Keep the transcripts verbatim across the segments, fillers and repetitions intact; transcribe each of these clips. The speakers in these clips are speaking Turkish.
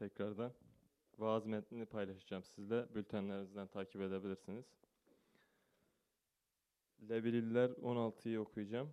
tekrardan. Vaaz metnini paylaşacağım sizle. Bültenlerinizden takip edebilirsiniz. Levilliler on altıyı okuyacağım.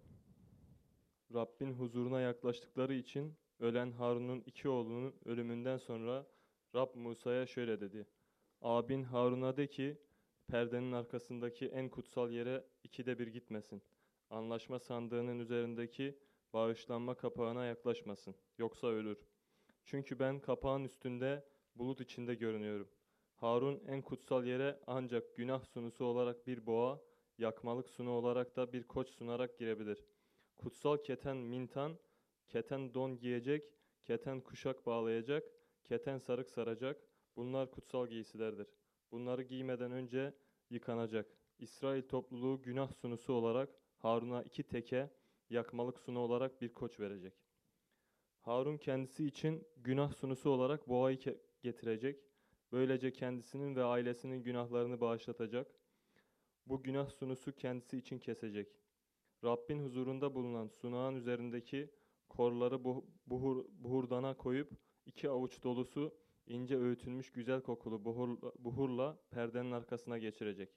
Rabbin huzuruna yaklaştıkları için ölen Harun'un iki oğlunun ölümünden sonra Rab Musa'ya şöyle dedi. Abin Harun'a de ki, perdenin arkasındaki en kutsal yere ikide bir gitmesin. Anlaşma sandığının üzerindeki bağışlanma kapağına yaklaşmasın. Yoksa ölür. Çünkü ben kapağın üstünde bulut içinde görünüyorum. Harun en kutsal yere ancak günah sunusu olarak bir boğa, yakmalık sunu olarak da bir koç sunarak girebilir. Kutsal keten mintan, keten don giyecek, keten kuşak bağlayacak, keten sarık saracak. Bunlar kutsal giysilerdir. Bunları giymeden önce yıkanacak. İsrail topluluğu günah sunusu olarak Harun'a iki teke, yakmalık sunu olarak bir koç verecek. Harun kendisi için günah sunusu olarak boğayı getirecek. Böylece kendisinin ve ailesinin günahlarını bağışlatacak. Bu günah sunusu kendisi için kesecek. Rabbin huzurunda bulunan sunağın üzerindeki korları buhur, buhurdana koyup iki avuç dolusu ince öğütülmüş güzel kokulu buhur, buhurla perdenin arkasına geçirecek.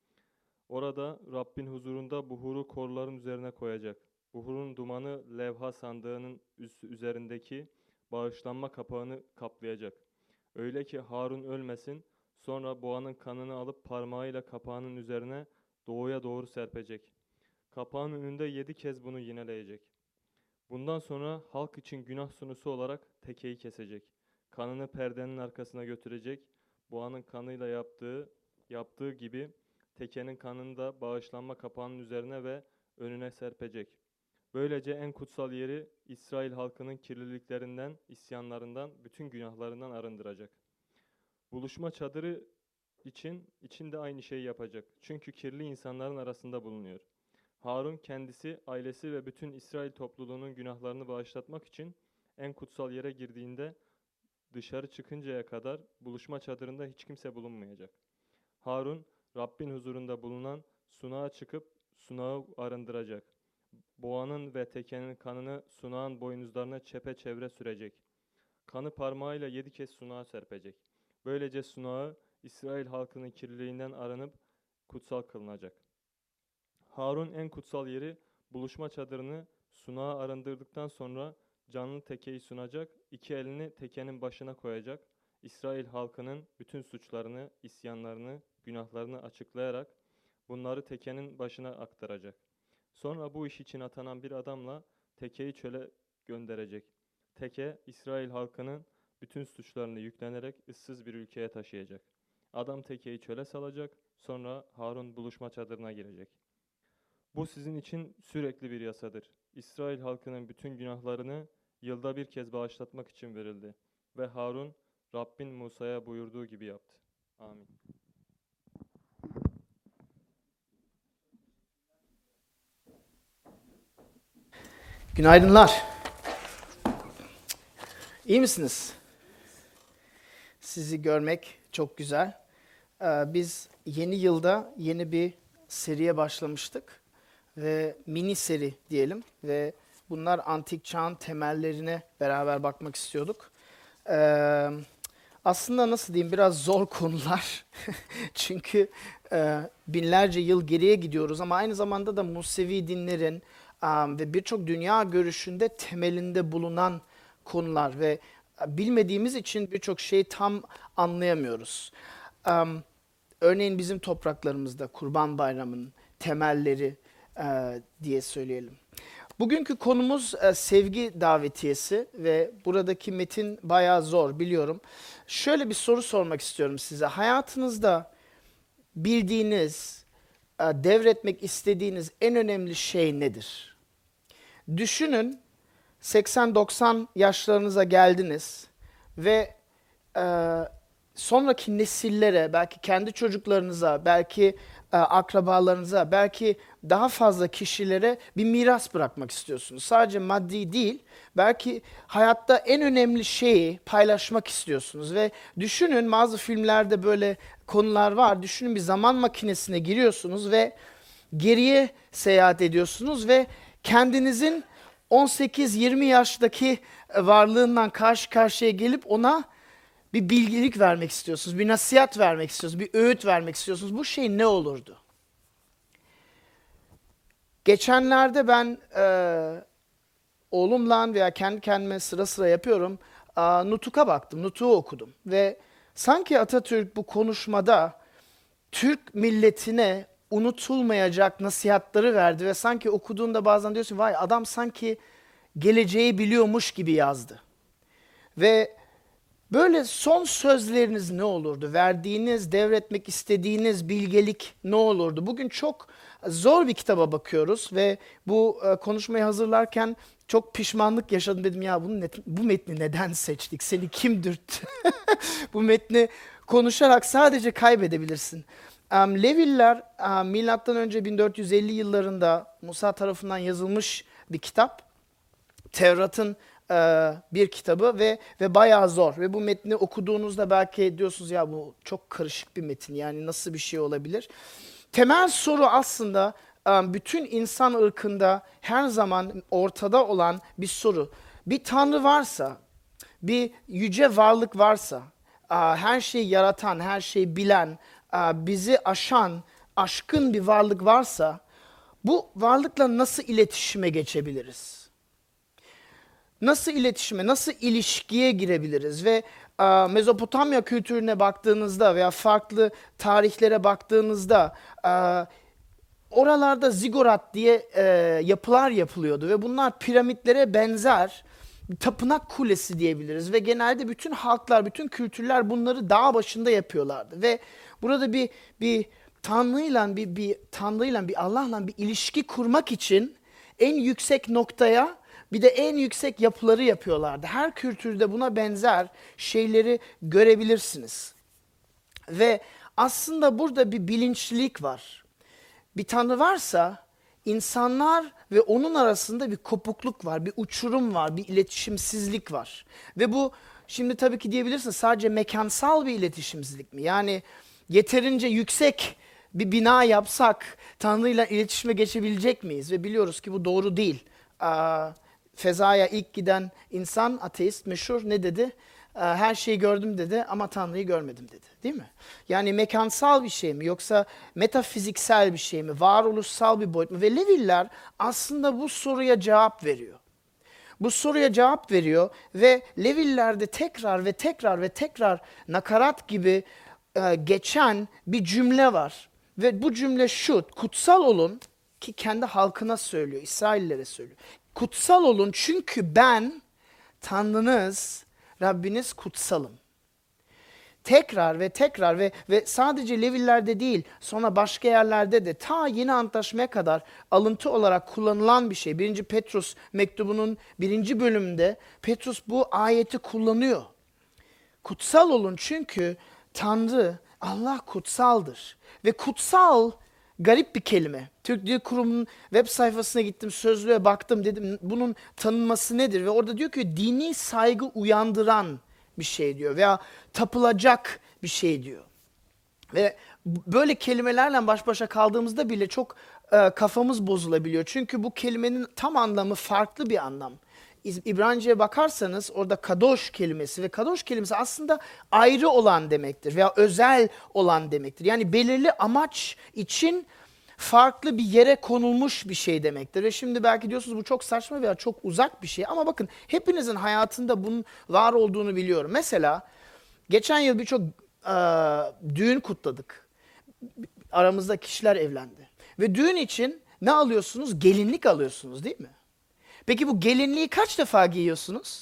Orada Rabbin huzurunda buhuru korların üzerine koyacak. Buhurun dumanı levha sandığının üzerindeki bağışlanma kapağını kaplayacak. Öyle ki Harun ölmesin, sonra boğanın kanını alıp parmağıyla kapağının üzerine doğuya doğru serpecek. Kapağın önünde yedi kez bunu yineleyecek. Bundan sonra halk için günah sunusu olarak tekeyi kesecek. Kanını perdenin arkasına götürecek. Boğanın kanıyla yaptığı, yaptığı gibi tekenin kanını da bağışlanma kapağının üzerine ve önüne serpecek. Böylece en kutsal yeri İsrail halkının kirliliklerinden, isyanlarından, bütün günahlarından arındıracak. Buluşma çadırı için içinde aynı şeyi yapacak. Çünkü kirli insanların arasında bulunuyor. Harun kendisi, ailesi ve bütün İsrail topluluğunun günahlarını bağışlatmak için en kutsal yere girdiğinde dışarı çıkıncaya kadar buluşma çadırında hiç kimse bulunmayacak. Harun, Rabbin huzurunda bulunan sunağa çıkıp sunağı arındıracak. Boğanın ve tekenin kanını sunağın boynuzlarına çepeçevre sürecek. Kanı parmağıyla yedi kez sunağa serpecek. Böylece sunağı İsrail halkının kirliliğinden arınıp kutsal kılınacak. Harun en kutsal yeri buluşma çadırını sunağa arındırdıktan sonra canlı tekeyi sunacak, iki elini tekenin başına koyacak. İsrail halkının bütün suçlarını, isyanlarını, günahlarını açıklayarak bunları tekenin başına aktaracak. Sonra bu iş için atanan bir adamla tekeyi çöle gönderecek. Teke, İsrail halkının bütün suçlarını yüklenerek ıssız bir ülkeye taşıyacak. Adam tekeyi çöle salacak, sonra Harun buluşma çadırına girecek. Bu sizin için sürekli bir yasadır. İsrail halkının bütün günahlarını yılda bir kez bağışlatmak için verildi. Ve Harun, Rabbin Musa'ya buyurduğu gibi yaptı. Amin. Günaydınlar. İyi misiniz? Sizi görmek çok güzel. Ee, biz yeni yılda yeni bir seriye başlamıştık ve mini seri diyelim ve bunlar antik çağın temellerine beraber bakmak istiyorduk. Ee, aslında nasıl diyeyim biraz zor konular çünkü e, binlerce yıl geriye gidiyoruz ama aynı zamanda da Musevi dinlerin um, ve birçok dünya görüşünde temelinde bulunan konular ve bilmediğimiz için birçok şeyi tam anlayamıyoruz. Um, örneğin bizim topraklarımızda Kurban Bayramı'nın temelleri e, diye söyleyelim. Bugünkü konumuz e, sevgi davetiyesi ve buradaki metin bayağı zor biliyorum. Şöyle bir soru sormak istiyorum size. Hayatınızda bildiğiniz, e, devretmek istediğiniz en önemli şey nedir? Düşünün, seksen doksan yaşlarınıza geldiniz ve e, sonraki nesillere, belki kendi çocuklarınıza, belki e, akrabalarınıza, belki daha fazla kişilere bir miras bırakmak istiyorsunuz. Sadece maddi değil, belki hayatta en önemli şeyi paylaşmak istiyorsunuz. Ve düşünün, bazı filmlerde böyle konular var. Düşünün, bir zaman makinesine giriyorsunuz ve geriye seyahat ediyorsunuz ve kendinizin on sekiz yirmi yaştaki varlığından karşı karşıya gelip ona bir bilgilik vermek istiyorsunuz, bir nasihat vermek istiyorsunuz, bir öğüt vermek istiyorsunuz. Bu şey ne olurdu? Geçenlerde ben e, oğlumla veya kendi kendime sıra sıra yapıyorum. A, Nutuk'a baktım, Nutuk'u okudum. Ve sanki Atatürk bu konuşmada Türk milletine unutulmayacak nasihatleri verdi. Ve sanki okuduğunda bazen diyorsun, vay adam sanki geleceği biliyormuş gibi yazdı. Ve böyle son sözleriniz ne olurdu? Verdiğiniz, devretmek istediğiniz bilgelik ne olurdu? Bugün çok zor bir kitaba bakıyoruz ve bu e, konuşmayı hazırlarken çok pişmanlık yaşadım. Dedim ya bunu net, bu metni neden seçtik? Seni kim dürttü? Bu metni konuşarak sadece kaybedebilirsin. Um, Leviller um, milattan önce bin dört yüz elli yıllarında Musa tarafından yazılmış bir kitap. Tevrat'ın e, bir kitabı ve ve bayağı zor. Ve bu metni okuduğunuzda belki diyorsunuz ya bu çok karışık bir metin. Yani nasıl bir şey olabilir? Temel soru aslında e, bütün insan ırkında her zaman ortada olan bir soru. Bir tanrı varsa, bir yüce varlık varsa, e, her şeyi yaratan, her şeyi bilen, e, bizi aşan, aşkın bir varlık varsa, bu varlıkla nasıl iletişime geçebiliriz? Nasıl iletişime, nasıl ilişkiye girebiliriz? Ve e, Mezopotamya kültürüne baktığınızda veya farklı tarihlere baktığınızda e, oralarda zigorat diye e, yapılar yapılıyordu ve bunlar piramitlere benzer bir tapınak kulesi diyebiliriz ve genelde bütün halklar, bütün kültürler bunları dağ başında yapıyorlardı ve burada bir bir Tanrı'yla bir bir Tanrı'yla bir Allah'la bir ilişki kurmak için en yüksek noktaya bir de en yüksek yapıları yapıyorlardı. Her kültürde buna benzer şeyleri görebilirsiniz. Ve aslında burada bir bilinçlilik var. Bir Tanrı varsa insanlar ve onun arasında bir kopukluk var, bir uçurum var, bir iletişimsizlik var. Ve bu şimdi tabii ki diyebilirsin sadece mekansal bir iletişimsizlik mi? Yani yeterince yüksek bir bina yapsak Tanrı'yla iletişime geçebilecek miyiz? Ve biliyoruz ki bu doğru değil. Aa, Fezaya ilk giden insan, ateist, meşhur ne dedi? Her şeyi gördüm dedi ama Tanrı'yı görmedim dedi. Değil mi? Yani mekansal bir şey mi yoksa metafiziksel bir şey mi? Varoluşsal bir boyut mu? Ve Leviller aslında bu soruya cevap veriyor. Bu soruya cevap veriyor ve Levillerde tekrar ve tekrar ve tekrar nakarat gibi e, geçen bir cümle var. Ve bu cümle şu, kutsal olun ki kendi halkına söylüyor, İsraillere söylüyor. Kutsal olun çünkü ben Tanrınız, Rabbiniz kutsalım. Tekrar ve tekrar ve ve sadece Levillerde değil, sonra başka yerlerde de ta Yeni Antlaşma'ya kadar alıntı olarak kullanılan bir şey. Birinci Petrus mektubunun birinci bölümünde Petrus bu ayeti kullanıyor. Kutsal olun çünkü Tanrı, Allah kutsaldır. Ve kutsal garip bir kelime. Türk Dil Kurumu'nun web sayfasına gittim, sözlüğe baktım, dedim bunun tanınması nedir? Ve orada diyor ki dini saygı uyandıran bir şey diyor veya tapılacak bir şey diyor. Ve böyle kelimelerle baş başa kaldığımızda bile çok e, kafamız bozulabiliyor. Çünkü bu kelimenin tam anlamı farklı bir anlam. İbranice'ye bakarsanız orada kadoş kelimesi ve kadoş kelimesi aslında ayrı olan demektir veya özel olan demektir. Yani belirli amaç için farklı bir yere konulmuş bir şey demektir. Ve şimdi belki diyorsunuz bu çok saçma veya çok uzak bir şey ama bakın hepinizin hayatında bunun var olduğunu biliyorum. Mesela geçen yıl birçok e, düğün kutladık. Aramızda kişiler evlendi. Ve düğün için ne alıyorsunuz? Gelinlik alıyorsunuz değil mi? Peki bu gelinliği kaç defa giyiyorsunuz?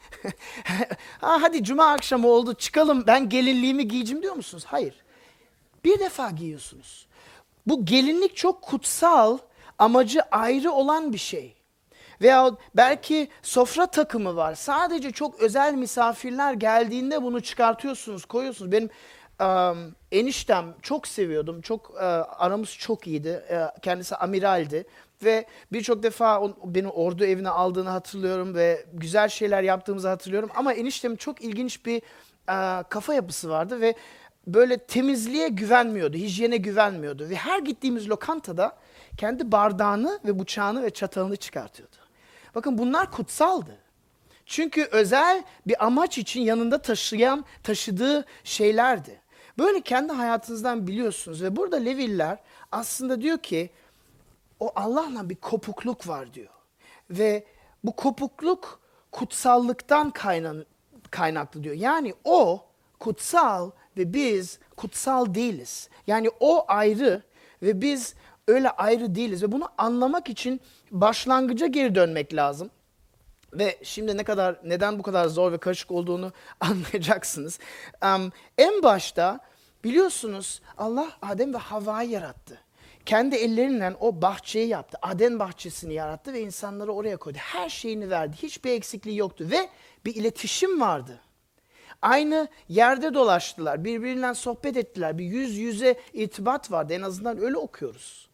ha, hadi cuma akşamı oldu çıkalım ben gelinliğimi giyeceğim diyor musunuz? Hayır. Bir defa giyiyorsunuz. Bu gelinlik çok kutsal, amacı ayrı olan bir şey. Veya belki sofra takımı var. Sadece çok özel misafirler geldiğinde bunu çıkartıyorsunuz, koyuyorsunuz. Benim um, eniştem çok seviyordum. Çok uh, aramız çok iyiydi. Uh, kendisi amiraldi. Ve birçok defa on, beni ordu evine aldığını hatırlıyorum ve güzel şeyler yaptığımızı hatırlıyorum. Ama eniştemin çok ilginç bir uh, kafa yapısı vardı ve böyle temizliğe güvenmiyordu, hijyene güvenmiyordu. Ve her gittiğimiz lokantada kendi bardağını ve bıçağını ve çatalını çıkartıyordu. Bakın bunlar kutsaldı. Çünkü özel bir amaç için yanında taşıyan, taşıdığı şeylerdi. Böyle kendi hayatınızdan biliyorsunuz ve burada Leviller aslında diyor ki o Allah'la bir kopukluk var diyor. Ve bu kopukluk kutsallıktan kaynan, kaynaklı diyor. Yani o kutsal ve biz kutsal değiliz. Yani o ayrı ve biz öyle ayrı değiliz. Ve bunu anlamak için başlangıca geri dönmek lazım. Ve şimdi ne kadar neden bu kadar zor ve karışık olduğunu anlayacaksınız. Um, en başta biliyorsunuz Allah Adem ve Havva'yı yarattı. Kendi elleriyle o bahçeyi yaptı. Aden bahçesini yarattı ve insanları oraya koydu. Her şeyini verdi. Hiçbir eksikliği yoktu ve bir iletişim vardı. Aynı yerde dolaştılar. Birbiriyle sohbet ettiler. Bir yüz yüze irtibat vardı. En azından öyle okuyoruz.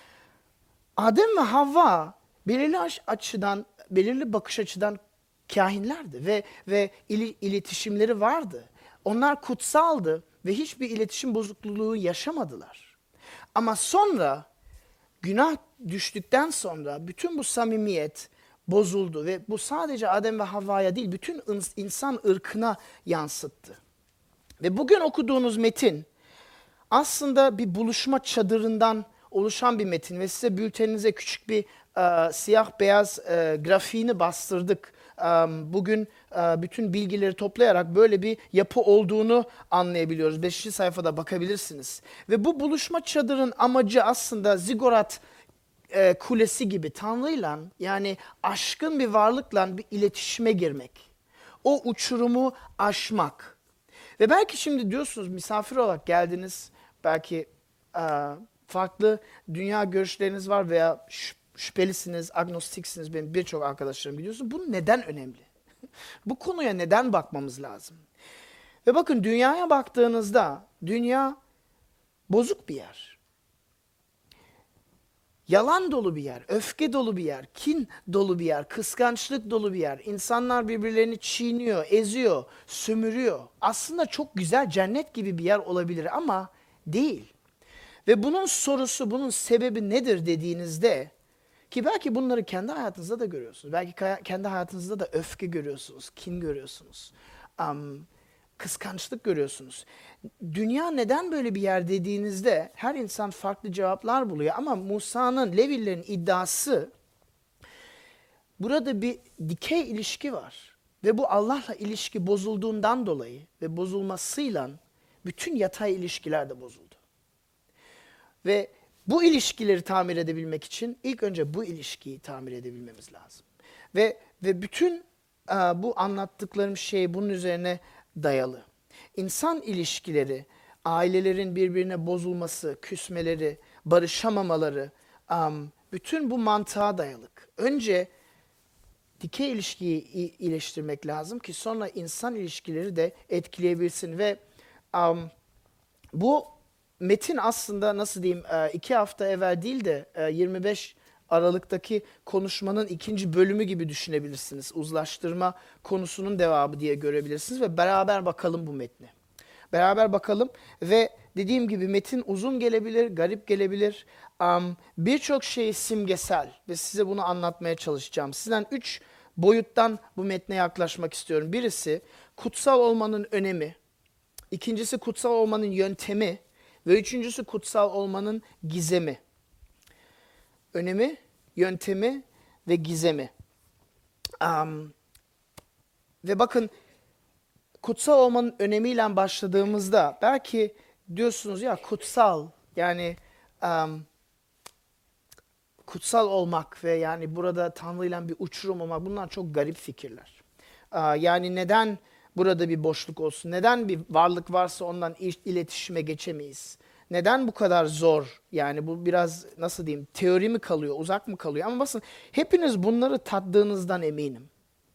Adem ve Havva belirli açıdan, belirli bakış açıdan kahinlerdi ve ve il, iletişimleri vardı. Onlar kutsaldı ve hiçbir iletişim bozukluğu yaşamadılar. Ama sonra günah düştükten sonra bütün bu samimiyet bozuldu ve bu sadece Adem ve Havva'ya değil bütün insan ırkına yansıttı. Ve bugün okuduğunuz metin aslında bir buluşma çadırından oluşan bir metin ve size bülteninize küçük bir e, siyah beyaz e, grafiğini bastırdık. E, bugün e, bütün bilgileri toplayarak böyle bir yapı olduğunu anlayabiliyoruz. Beşinci sayfada bakabilirsiniz. Ve bu buluşma çadırın amacı aslında zigorat e, kulesi gibi Tanrı'yla yani aşkın bir varlıkla bir iletişime girmek. O uçurumu aşmak. Ve belki şimdi diyorsunuz misafir olarak geldiniz. Belki e, farklı dünya görüşleriniz var veya şüphelisiniz, agnostiksiniz. Benim birçok arkadaşlarım biliyorsun. Bu neden önemli? Bu konuya neden bakmamız lazım? Ve bakın dünyaya baktığınızda dünya bozuk bir yer. Yalan dolu bir yer, öfke dolu bir yer, kin dolu bir yer, kıskançlık dolu bir yer. İnsanlar birbirlerini çiğniyor, eziyor, sömürüyor. Aslında çok güzel, cennet gibi bir yer olabilir ama değil. Ve bunun sorusu, bunun sebebi nedir dediğinizde, ki belki bunları kendi hayatınızda da görüyorsunuz. Belki kendi hayatınızda da öfke görüyorsunuz, kin görüyorsunuz, um, kıskançlık görüyorsunuz. Dünya neden böyle bir yer dediğinizde her insan farklı cevaplar buluyor. Ama Musa'nın, Levillerin iddiası burada bir dikey ilişki var. Ve bu Allah'la ilişki bozulduğundan dolayı ve bozulmasıyla bütün yatay ilişkiler de bozuldu. Ve bu ilişkileri tamir edebilmek için ilk önce bu ilişkiyi tamir edebilmemiz lazım. Ve ve bütün uh, bu anlattıklarım şey bunun üzerine dayalı. İnsan ilişkileri, ailelerin birbirine bozulması, küsmeleri, barışamamaları, um, bütün bu mantığa dayalık. Önce dikey ilişkiyi iyileştirmek lazım ki sonra insan ilişkileri de etkileyebilsin. Ve um, bu metin aslında nasıl diyeyim iki hafta evvel değil de yirmi beş Aralık'taki konuşmanın ikinci bölümü gibi düşünebilirsiniz. Uzlaştırma konusunun devamı diye görebilirsiniz ve beraber bakalım bu metni. Beraber bakalım ve dediğim gibi metin uzun gelebilir, garip gelebilir. Um, Birçok şey simgesel ve size bunu anlatmaya çalışacağım. Sizden üç boyuttan bu metne yaklaşmak istiyorum. Birisi kutsal olmanın önemi, ikincisi kutsal olmanın yöntemi ve üçüncüsü kutsal olmanın gizemi. Önemi, yöntemi ve gizemi. Um, ve bakın kutsal olmanın önemiyle başladığımızda belki diyorsunuz ya kutsal yani um, kutsal olmak ve yani burada Tanrı'yla bir uçurum olmak bunlar çok garip fikirler. Uh, yani neden burada bir boşluk olsun? Neden bir varlık varsa ondan iletişime geçemeyiz? Neden bu kadar zor? Yani bu biraz nasıl diyeyim teori mi kalıyor, uzak mı kalıyor? Ama bakın hepiniz bunları tattığınızdan eminim.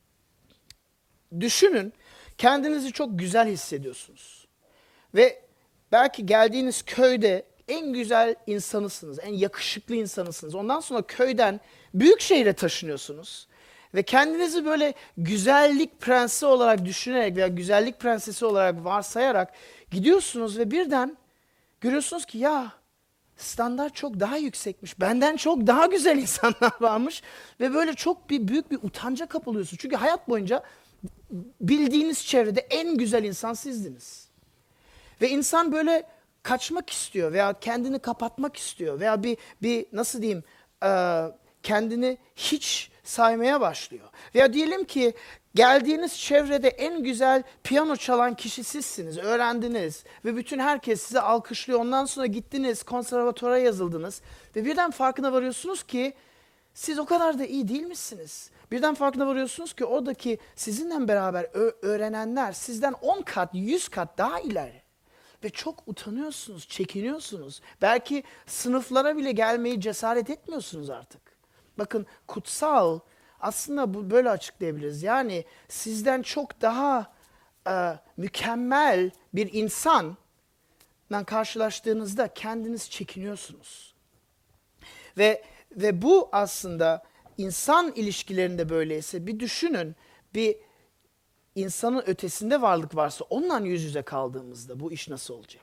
Düşünün kendinizi çok güzel hissediyorsunuz. Ve belki geldiğiniz köyde en güzel insanısınız, en yakışıklı insanısınız. Ondan sonra köyden büyük şehre taşınıyorsunuz. Ve kendinizi böyle güzellik prensi olarak düşünerek veya güzellik prensesi olarak varsayarak gidiyorsunuz ve birden görüyorsunuz ki ya standart çok daha yüksekmiş. Benden çok daha güzel insanlar varmış. Ve böyle çok bir büyük bir utanca kapılıyorsun. Çünkü hayat boyunca bildiğiniz çevrede en güzel insan sizdiniz. Ve insan böyle kaçmak istiyor veya kendini kapatmak istiyor veya bir bir nasıl diyeyim e, kendini hiç saymaya başlıyor. Veya diyelim ki geldiğiniz çevrede en güzel piyano çalan kişi sizsiniz, öğrendiniz ve bütün herkes sizi alkışlıyor. Ondan sonra gittiniz, konservatuvara yazıldınız ve birden farkına varıyorsunuz ki siz o kadar da iyi değilmişsiniz. Birden farkına varıyorsunuz ki oradaki sizinle beraber öğrenenler sizden on kat, yüz kat daha ileri. Ve çok utanıyorsunuz, çekiniyorsunuz. Belki sınıflara bile gelmeyi cesaret etmiyorsunuz artık. Bakın kutsal aslında bu böyle açıklayabiliriz. Yani sizden çok daha e, mükemmel bir insanla karşılaştığınızda kendiniz çekiniyorsunuz. Ve ve bu aslında insan ilişkilerinde böyleyse bir düşünün, bir insanın ötesinde varlık varsa onunla yüz yüze kaldığımızda bu iş nasıl olacak?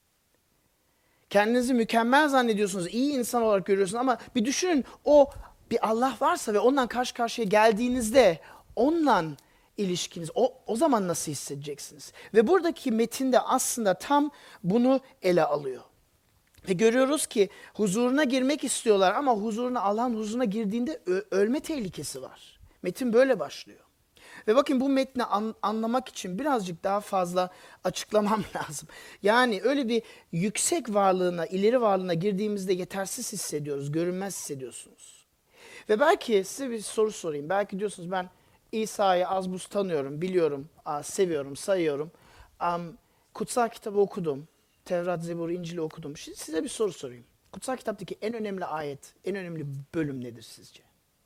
Kendinizi mükemmel zannediyorsunuz, iyi insan olarak görüyorsunuz ama bir düşünün o bir Allah varsa ve onunla karşı karşıya geldiğinizde onunla ilişkiniz, o, o zaman nasıl hissedeceksiniz? Ve buradaki metinde aslında tam bunu ele alıyor. Ve görüyoruz ki huzuruna girmek istiyorlar ama huzuruna, Allah'ın huzuruna girdiğinde ö- ölme tehlikesi var. Metin böyle başlıyor. Ve bakın bu metni an, anlamak için birazcık daha fazla açıklamam lazım. Yani öyle bir yüksek varlığına, ileri varlığına girdiğimizde yetersiz hissediyoruz, görünmez hissediyorsunuz. Ve belki size bir soru sorayım. Belki diyorsunuz ben İsa'yı az buz tanıyorum, biliyorum, seviyorum, sayıyorum. Um, kutsal kitabı okudum. Tevrat, Zebur, İncil'i okudum. Şimdi size bir soru sorayım. Kutsal kitaptaki en önemli ayet, en önemli bölüm nedir sizce?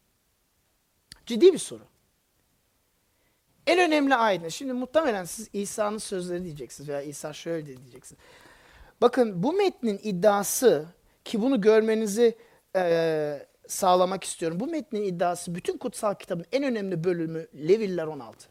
Ciddi bir soru. En önemli ayet ne? Şimdi muhtemelen siz İsa'nın sözleri diyeceksiniz veya İsa şöyle diyeceksiniz. Bakın bu metnin iddiası ki bunu görmenizi e, sağlamak istiyorum. Bu metnin iddiası bütün kutsal kitabın en önemli bölümü Leviller on altı.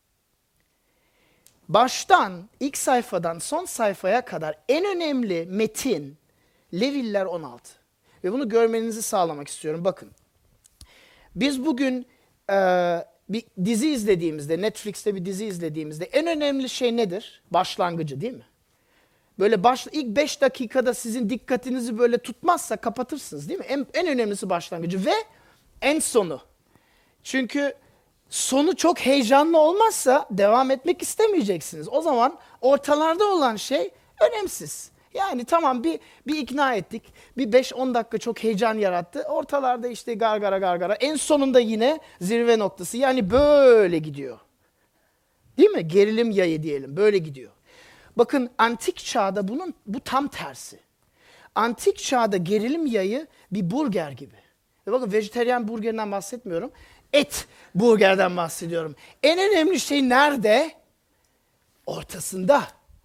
Baştan ilk sayfadan son sayfaya kadar en önemli metin Leviller on altı. Ve bunu görmenizi sağlamak istiyorum. Bakın biz bugün e, bir dizi izlediğimizde, Netflix'te bir dizi izlediğimizde en önemli şey nedir? Başlangıcı değil mi? Böyle baş, ilk beş dakikada sizin dikkatinizi böyle tutmazsa kapatırsınız değil mi? En, en önemlisi başlangıcı ve en sonu. Çünkü sonu çok heyecanlı olmazsa devam etmek istemeyeceksiniz. O zaman ortalarda olan şey önemsiz. Yani tamam bir bir ikna ettik. Bir beş on dakika çok heyecan yarattı. Ortalarda işte gargara gargara. En sonunda yine zirve noktası. Yani böyle gidiyor. Değil mi? Gerilim yayı diyelim. Böyle gidiyor. Bakın antik çağda bunun bu tam tersi. Antik çağda gerilim yayı bir burger gibi. Ve bakın vejetaryen burgerinden bahsetmiyorum. Et burgerden bahsediyorum. En önemli şey nerede? Ortasında.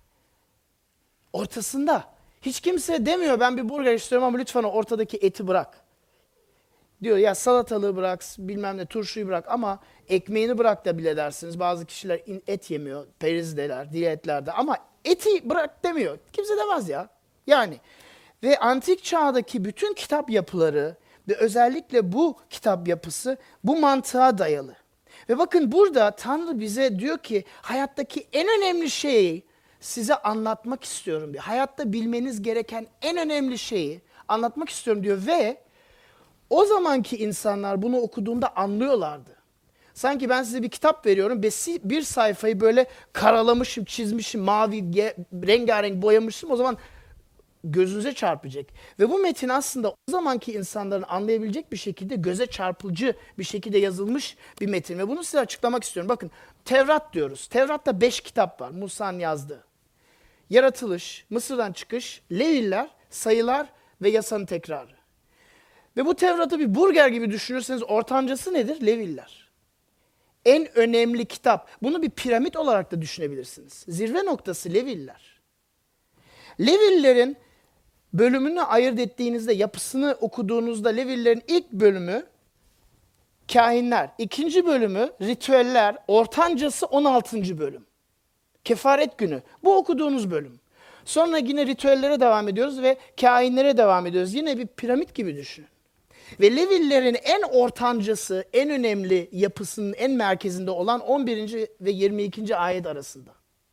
Ortasında. Hiç kimse demiyor ben bir burger istiyorum ama lütfen o ortadaki eti bırak. Diyor ya salatalığı bırak, bilmem ne turşuyu bırak ama ekmeğini bırak da bile dersiniz. Bazı kişiler et yemiyor, perizdeler, diyetlerde ama eti bırak demiyor. Kimse demez ya. Yani ve antik çağdaki bütün kitap yapıları ve özellikle bu kitap yapısı bu mantığa dayalı. Ve bakın burada Tanrı bize diyor ki hayattaki en önemli şeyi size anlatmak istiyorum diyor. Hayatta bilmeniz gereken en önemli şeyi anlatmak istiyorum diyor ve o zamanki insanlar bunu okuduğunda anlıyorlardı. Sanki ben size bir kitap veriyorum, bir sayfayı böyle karalamışım, çizmişim, mavi, rengarenk boyamışım. O zaman gözünüze çarpacak. Ve bu metin aslında o zamanki insanların anlayabilecek bir şekilde göze çarpıcı bir şekilde yazılmış bir metin. Ve bunu size açıklamak istiyorum. Bakın Tevrat diyoruz. Tevrat'ta beş kitap var Musa'nın yazdığı. Yaratılış, Mısır'dan çıkış, Leviller, sayılar ve yasanın tekrarı. Ve bu Tevrat'ı bir burger gibi düşünürseniz ortancası nedir? Leviller. En önemli kitap. Bunu bir piramit olarak da düşünebilirsiniz. Zirve noktası Leviller. Levillerin bölümünü ayırt ettiğinizde, yapısını okuduğunuzda Levillerin ilk bölümü kahinler, ikinci bölümü ritüeller, ortancası on altıncı bölüm. Kefaret günü. Bu okuduğunuz bölüm. Sonra yine ritüellere devam ediyoruz ve kainlere devam ediyoruz. Yine bir piramit gibi düşünün. Ve Levillerin en ortancası, en önemli yapısının en merkezinde olan on birinci ve yirmi ikinci ayet arasında.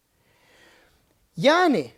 Yani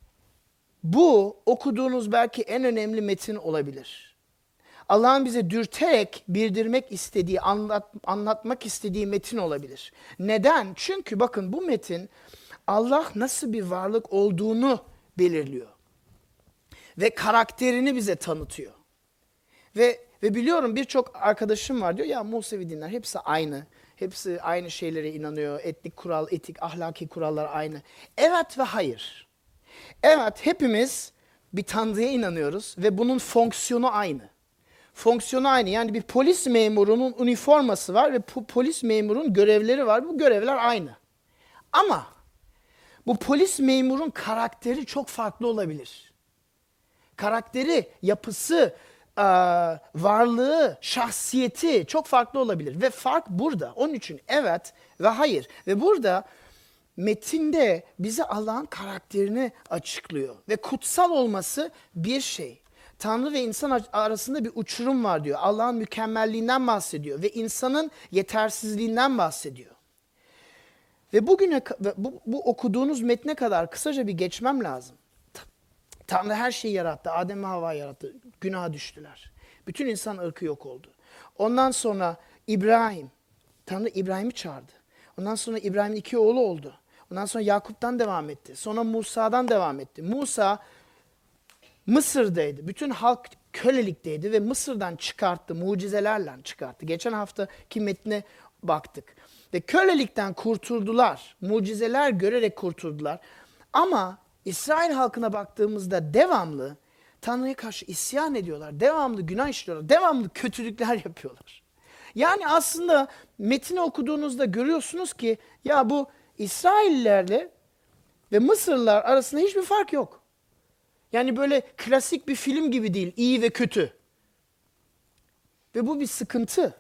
bu okuduğunuz belki en önemli metin olabilir. Allah'ın bize dürterek bildirmek istediği, anlat, anlatmak istediği metin olabilir. Neden? Çünkü bakın bu metin Allah nasıl bir varlık olduğunu belirliyor. Ve karakterini bize tanıtıyor. Ve ve biliyorum birçok arkadaşım var diyor ya Musevi dinler hepsi aynı. Hepsi aynı şeylere inanıyor. Etnik kural, etik, ahlaki kurallar aynı. Evet ve hayır. Evet hepimiz bir Tanrı'ya inanıyoruz ve bunun fonksiyonu aynı. Fonksiyonu aynı. Yani bir polis memurunun üniforması var ve po- polis memurun görevleri var. Bu görevler aynı. Ama bu polis memurun karakteri çok farklı olabilir. Karakteri, yapısı, e, varlığı, şahsiyeti çok farklı olabilir. Ve fark burada. Onun için evet ve hayır. Ve burada metinde bize Allah'ın karakterini açıklıyor. Ve kutsal olması bir şey. Tanrı ve insan arasında bir uçurum var diyor. Allah'ın mükemmelliğinden bahsediyor. Ve insanın yetersizliğinden bahsediyor. Ve bugüne bu, bu okuduğunuz metne kadar kısaca bir geçmem lazım. Tanrı her şeyi yarattı. Adem ve Havva yarattı. Günaha düştüler. Bütün insan ırkı yok oldu. Ondan sonra İbrahim. Tanrı İbrahim'i çağırdı. Ondan sonra İbrahim'in iki oğlu oldu. Ondan sonra Yakup'tan devam etti. Sonra Musa'dan devam etti. Musa Mısır'daydı. Bütün halk kölelikteydi ve Mısır'dan çıkarttı. Mucizelerle çıkarttı. Geçen haftaki metne baktık. Ve kölelikten kurtuldular. Mucizeler görerek kurtuldular. Ama İsrail halkına baktığımızda devamlı Tanrı'ya karşı isyan ediyorlar. Devamlı günah işliyorlar. Devamlı kötülükler yapıyorlar. Yani aslında metni okuduğunuzda görüyorsunuz ki ya bu İsraillilerle ve Mısırlılar arasında hiçbir fark yok. Yani böyle klasik bir film gibi değil, iyi ve kötü. Ve bu bir sıkıntı.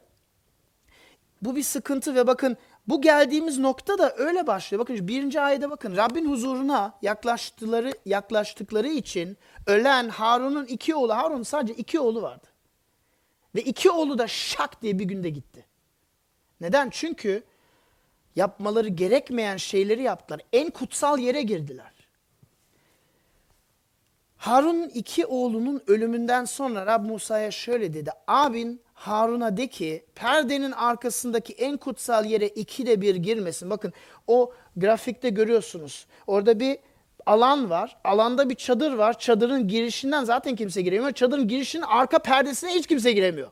Bu bir sıkıntı ve bakın bu geldiğimiz nokta da öyle başlıyor. Bakın birinci ayete bakın. Rabbin huzuruna yaklaştıkları, yaklaştıkları için ölen Harun'un iki oğlu, Harun'un sadece iki oğlu vardı. Ve iki oğlu da şak diye bir günde gitti. Neden? Çünkü yapmaları gerekmeyen şeyleri yaptılar. En kutsal yere girdiler. Harun'un iki oğlunun ölümünden sonra Rab Musa'ya şöyle dedi. Abin Harun'a de ki perdenin arkasındaki en kutsal yere ikide bir girmesin. Bakın o grafikte görüyorsunuz. Orada bir alan var. Alanda bir çadır var. Çadırın girişinden zaten kimse giremiyor. Çadırın girişinin arka perdesine hiç kimse giremiyor.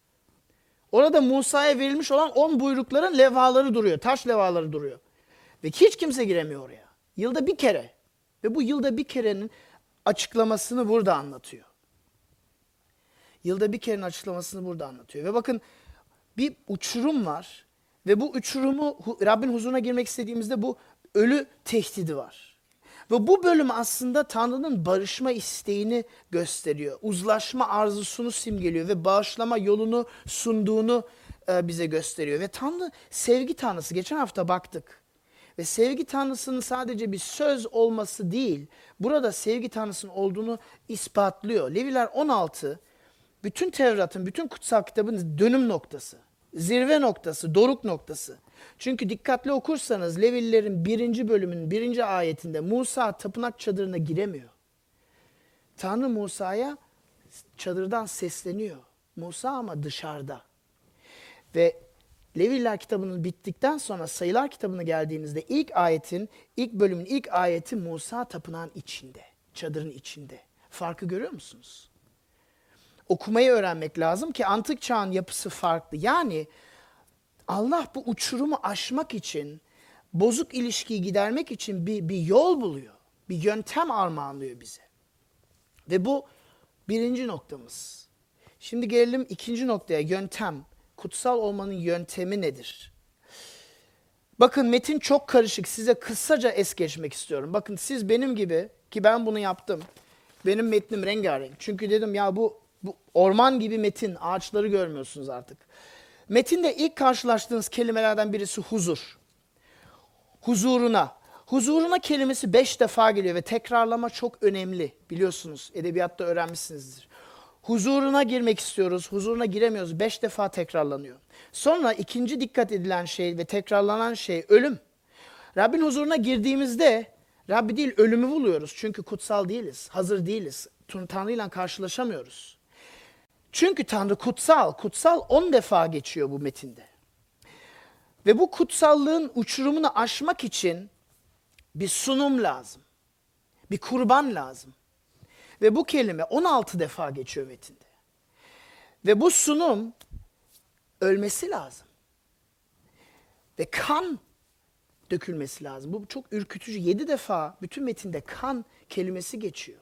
Orada Musa'ya verilmiş olan on buyrukların levhaları duruyor. Taş levhaları duruyor. Ve hiç kimse giremiyor oraya. Yılda bir kere. Ve bu yılda bir kerenin açıklamasını burada anlatıyor. Yılda bir kerenin açıklamasını burada anlatıyor. Ve bakın bir uçurum var. Ve bu uçurumu Rabbin huzuruna girmek istediğimizde bu ölü tehdidi var. Ve bu bölüm aslında Tanrı'nın barışma isteğini gösteriyor. Uzlaşma arzusunu simgeliyor ve bağışlama yolunu sunduğunu e, bize gösteriyor. Ve Tanrı sevgi Tanrısı. Geçen hafta baktık. Ve sevgi Tanrısı'nın sadece bir söz olması değil, burada sevgi Tanrısı'nın olduğunu ispatlıyor. Leviler on altı, bütün Tevrat'ın, bütün kutsal kitabın dönüm noktası, zirve noktası, doruk noktası. Çünkü dikkatli okursanız Levililerin birinci bölümünün birinci ayetinde Musa tapınak çadırına giremiyor. Tanrı Musa'ya çadırdan sesleniyor. Musa ama dışarıda. Ve Leviller kitabının bittikten sonra Sayılar kitabına geldiğinizde ilk ayetin, ilk bölümün ilk ayeti Musa tapınağın içinde, çadırın içinde. Farkı görüyor musunuz? Okumayı öğrenmek lazım ki antik çağın yapısı farklı. Yani Allah bu uçurumu aşmak için, bozuk ilişkiyi gidermek için bir, bir yol buluyor. Bir yöntem armağanlıyor bize. Ve bu birinci noktamız. Şimdi gelelim ikinci noktaya, yöntem. Kutsal olmanın yöntemi nedir? Bakın metin çok karışık. Size kısaca es geçmek istiyorum. Bakın siz benim gibi, ki ben bunu yaptım. Benim metnim rengarenk. Çünkü dedim ya bu, bu orman gibi metin. Ağaçları görmüyorsunuz artık. Metinde ilk karşılaştığınız kelimelerden birisi huzur. Huzuruna. Huzuruna kelimesi beş defa geliyor ve tekrarlama çok önemli. Biliyorsunuz, edebiyatta öğrenmişsinizdir. Huzuruna girmek istiyoruz, huzuruna giremiyoruz. Beş defa tekrarlanıyor. Sonra ikinci dikkat edilen şey ve tekrarlanan şey ölüm. Rabbin huzuruna girdiğimizde Rabbi değil ölümü buluyoruz. Çünkü kutsal değiliz, hazır değiliz. Tanrı ile karşılaşamıyoruz. Çünkü Tanrı kutsal, kutsal on defa geçiyor bu metinde. Ve bu kutsallığın uçurumunu aşmak için bir sunum lazım. Bir kurban lazım. Ve bu kelime on altı defa geçiyor metinde. Ve bu sunum ölmesi lazım. Ve kan dökülmesi lazım. Bu çok ürkütücü. Yedi defa bütün metinde kan kelimesi geçiyor.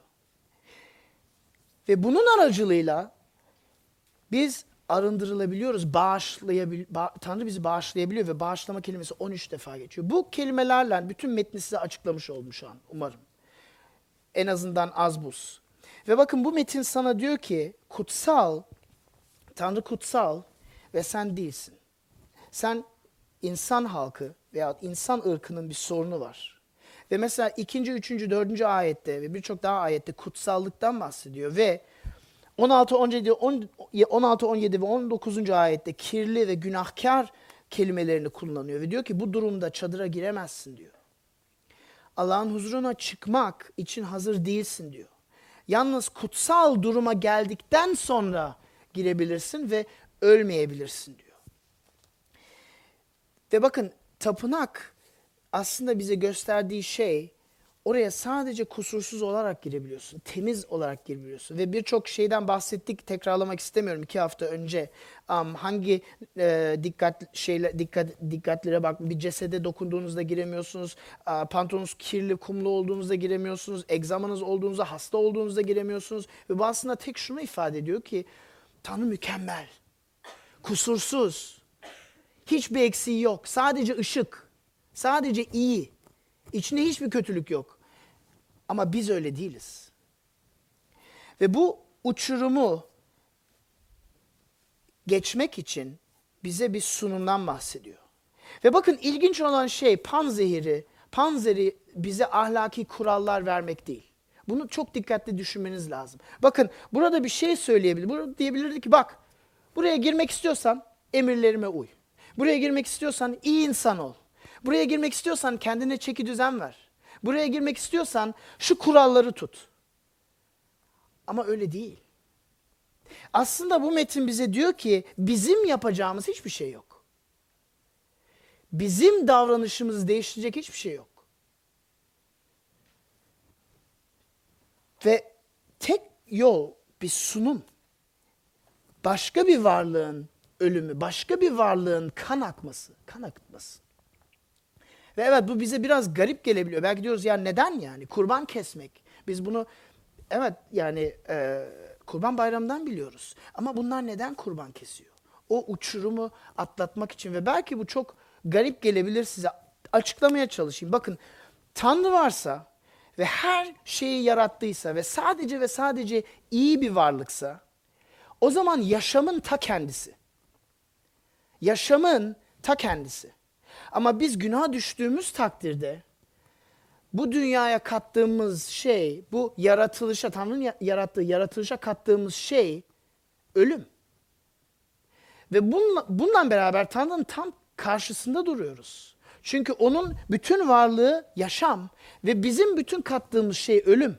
Ve bunun aracılığıyla biz arındırılabiliyoruz. Bağışlayabil ba Tanrı bizi bağışlayabiliyor ve bağışlama kelimesi on üç defa geçiyor. Bu kelimelerle bütün metni size açıklamış oldum şu an umarım. En azından az buz. Ve bakın bu metin sana diyor ki kutsal, Tanrı kutsal ve sen değilsin. Sen insan halkı veya insan ırkının bir sorunu var. Ve mesela ikinci, üçüncü, dördüncü ayette ve birçok daha ayette kutsallıktan bahsediyor. Ve on altı, on yedi, on altı, on yedi ve on dokuzuncu ayette kirli ve günahkar kelimelerini kullanıyor. Ve diyor ki bu durumda çadıra giremezsin diyor. Allah'ın huzuruna çıkmak için hazır değilsin diyor. Yalnız kutsal duruma geldikten sonra girebilirsin ve ölmeyebilirsin diyor. Ve bakın tapınak aslında bize gösterdiği şey oraya sadece kusursuz olarak girebiliyorsun. Temiz olarak girebiliyorsun. Ve birçok şeyden bahsettik. Tekrarlamak istemiyorum. İki hafta önce um, hangi e, dikkat şeyle dikkat dikkatlere bak. Bir cesede dokunduğunuzda giremiyorsunuz. Uh, pantolonunuz kirli, kumlu olduğunuzda giremiyorsunuz. Egzamanız olduğunuzda, hasta olduğunuzda giremiyorsunuz. Ve bu aslında tek şunu ifade ediyor ki Tanrı mükemmel. Kusursuz. Hiçbir eksiği yok. Sadece ışık. Sadece iyi. İçinde hiçbir kötülük yok. Ama biz öyle değiliz. Ve bu uçurumu geçmek için bize bir sunumdan bahsediyor. Ve bakın ilginç olan şey panzehiri, panzehiri bize ahlaki kurallar vermek değil. Bunu çok dikkatli düşünmeniz lazım. Bakın burada bir şey söyleyebilir. Burada diyebilirdi ki bak buraya girmek istiyorsan emirlerime uy. Buraya girmek istiyorsan iyi insan ol. Buraya girmek istiyorsan kendine çeki düzen ver. Buraya girmek istiyorsan şu kuralları tut. Ama öyle değil. Aslında bu metin bize diyor ki bizim yapacağımız hiçbir şey yok. Bizim davranışımızı değiştirecek hiçbir şey yok. Ve tek yol bir sunum. Başka bir varlığın ölümü, başka bir varlığın kan akması, kan akıtması. Ve evet bu bize biraz garip gelebiliyor. Belki diyoruz ya neden yani? Kurban kesmek. Biz bunu evet yani e, Kurban Bayramı'ndan biliyoruz. Ama bunlar neden kurban kesiyor? O uçurumu atlatmak için ve belki bu çok garip gelebilir size. Açıklamaya çalışayım. Bakın Tanrı varsa ve her şeyi yarattıysa ve sadece ve sadece iyi bir varlıksa o zaman yaşamın ta kendisi. Yaşamın ta kendisi. Ama biz günaha düştüğümüz takdirde bu dünyaya kattığımız şey, bu yaratılışa, Tanrı'nın yarattığı yaratılışa kattığımız şey ölüm. Ve bununla, bununla beraber Tanrı'nın tam karşısında duruyoruz. Çünkü onun bütün varlığı yaşam ve bizim bütün kattığımız şey ölüm.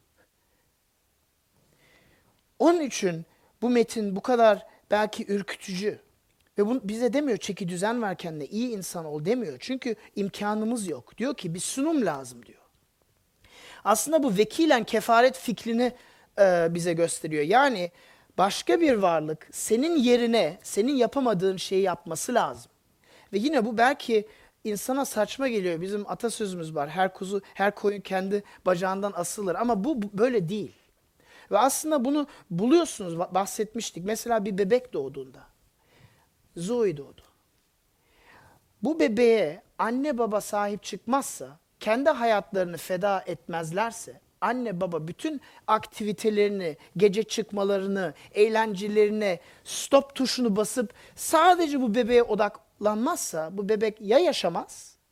Onun için bu metin bu kadar belki ürkütücü. Ve bunu bize demiyor çeki düzen ver kendine, iyi insan ol demiyor. Çünkü imkanımız yok. Diyor ki bir sunum lazım diyor. Aslında bu vekilen kefaret fikrini e, bize gösteriyor. Yani başka bir varlık senin yerine, senin yapamadığın şeyi yapması lazım. Ve yine bu belki insana saçma geliyor. Bizim atasözümüz var. Her kuzu, her koyun kendi bacağından asılır. Ama bu, bu böyle değil. Ve aslında bunu buluyorsunuz, bahsetmiştik. Mesela bir bebek doğduğunda. Zoe doğdu. Bu bebeğe anne baba sahip çıkmazsa, kendi hayatlarını feda etmezlerse, anne baba bütün aktivitelerini, gece çıkmalarını, eğlencelerine stop tuşunu basıp sadece bu bebeğe odaklanmazsa, bu bebek ya yaşamaz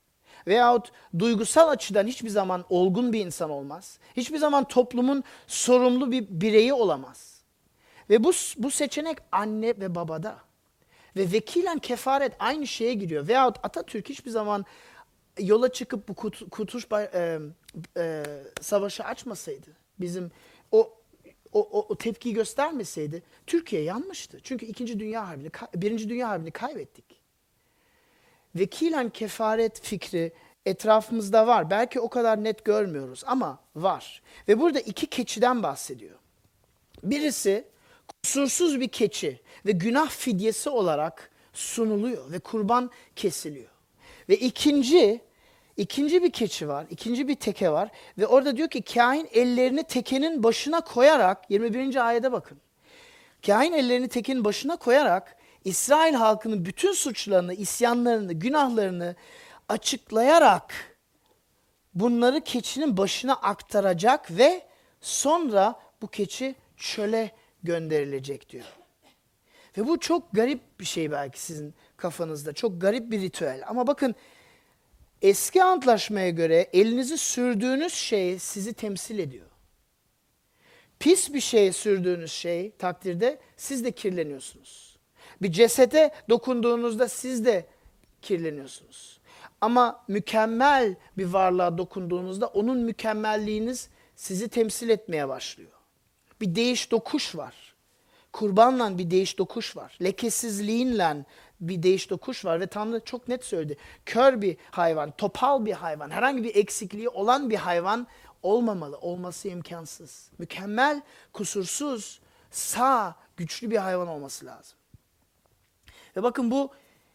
veyahut duygusal açıdan hiçbir zaman olgun bir insan olmaz. Hiçbir zaman toplumun sorumlu bir bireyi olamaz. Ve bu, bu seçenek anne ve babada. Ve vekilen kefaret aynı şeye giriyor. Veyahut Atatürk hiçbir zaman yola çıkıp bu kut, Kurtuluş e, e, Savaşı açmasaydı, bizim o, o, o, o tepkiyi göstermeseydi, Türkiye yanmıştı. Çünkü İkinci Dünya Harbi'ni, Birinci Dünya Harbi'ni kaybettik. Vekilen kefaret fikri etrafımızda var. Belki o kadar net görmüyoruz ama var. Ve burada iki keçiden bahsediyor. Birisi kusursuz bir keçi ve günah fidyesi olarak sunuluyor ve kurban kesiliyor. Ve ikinci, ikinci bir keçi var, ikinci bir teke var ve orada diyor ki kahin ellerini tekenin başına koyarak, yirmi birinci ayete bakın. Kahin ellerini tekenin başına koyarak İsrail halkının bütün suçlarını, isyanlarını, günahlarını açıklayarak bunları keçinin başına aktaracak ve sonra bu keçi çöle gönderilecek diyor. Ve bu çok garip bir şey belki sizin kafanızda. Çok garip bir ritüel. Ama bakın eski antlaşmaya göre elinizi sürdüğünüz şey sizi temsil ediyor. Pis bir şeye sürdüğünüz şey takdirde siz de kirleniyorsunuz. Bir cesete dokunduğunuzda siz de kirleniyorsunuz. Ama mükemmel bir varlığa dokunduğunuzda onun mükemmelliğiniz sizi temsil etmeye başlıyor. Bir değiş dokuş var. Kurbanla bir değiş dokuş var. Lekesizliğinle bir değiş dokuş var ve Tanrı çok net söyledi. Kör bir hayvan, topal bir hayvan, herhangi bir eksikliği olan bir hayvan olmamalı. Olması imkansız. Mükemmel, kusursuz, sağ, güçlü bir hayvan olması lazım. Ve bakın bu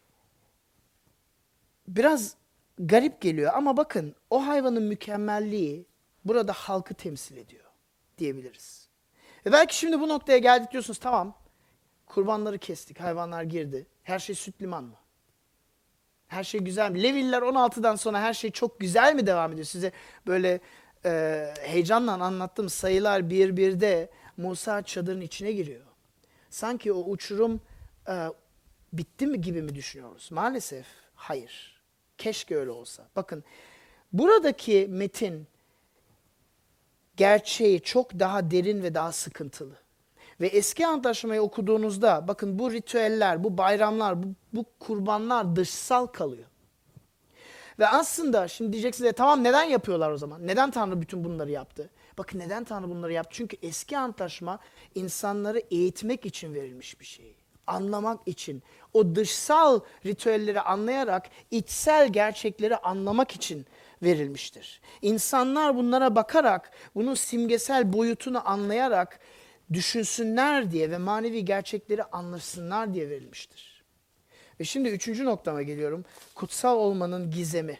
biraz garip geliyor ama bakın o hayvanın mükemmelliği burada halkı temsil ediyor diyebiliriz. Ve belki şimdi bu noktaya geldik diyorsunuz tamam kurbanları kestik, hayvanlar girdi. Her şey süt liman mı? Her şey güzel mi? Leviller on altıdan sonra her şey çok güzel mi devam ediyor? Size böyle e, heyecanla anlattığım sayılar bir birde Musa çadırın içine giriyor. Sanki o uçurum e, bitti mi gibi mi düşünüyoruz? Maalesef hayır. Keşke öyle olsa. Bakın buradaki metin gerçeği çok daha derin ve daha sıkıntılı. Ve eski antlaşmayı okuduğunuzda bakın bu ritüeller, bu bayramlar, bu, bu kurbanlar dışsal kalıyor. Ve aslında şimdi diyeceksiniz tamam neden yapıyorlar o zaman? Neden Tanrı bütün bunları yaptı? Bakın neden Tanrı bunları yaptı? Çünkü eski antlaşma insanları eğitmek için verilmiş bir şey. Anlamak için. O dışsal ritüelleri anlayarak içsel gerçekleri anlamak için verilmiştir. İnsanlar bunlara bakarak, bunun simgesel boyutunu anlayarak düşünsünler diye ve manevi gerçekleri anlasınlar diye verilmiştir. Ve şimdi üçüncü noktama geliyorum. Kutsal olmanın gizemi.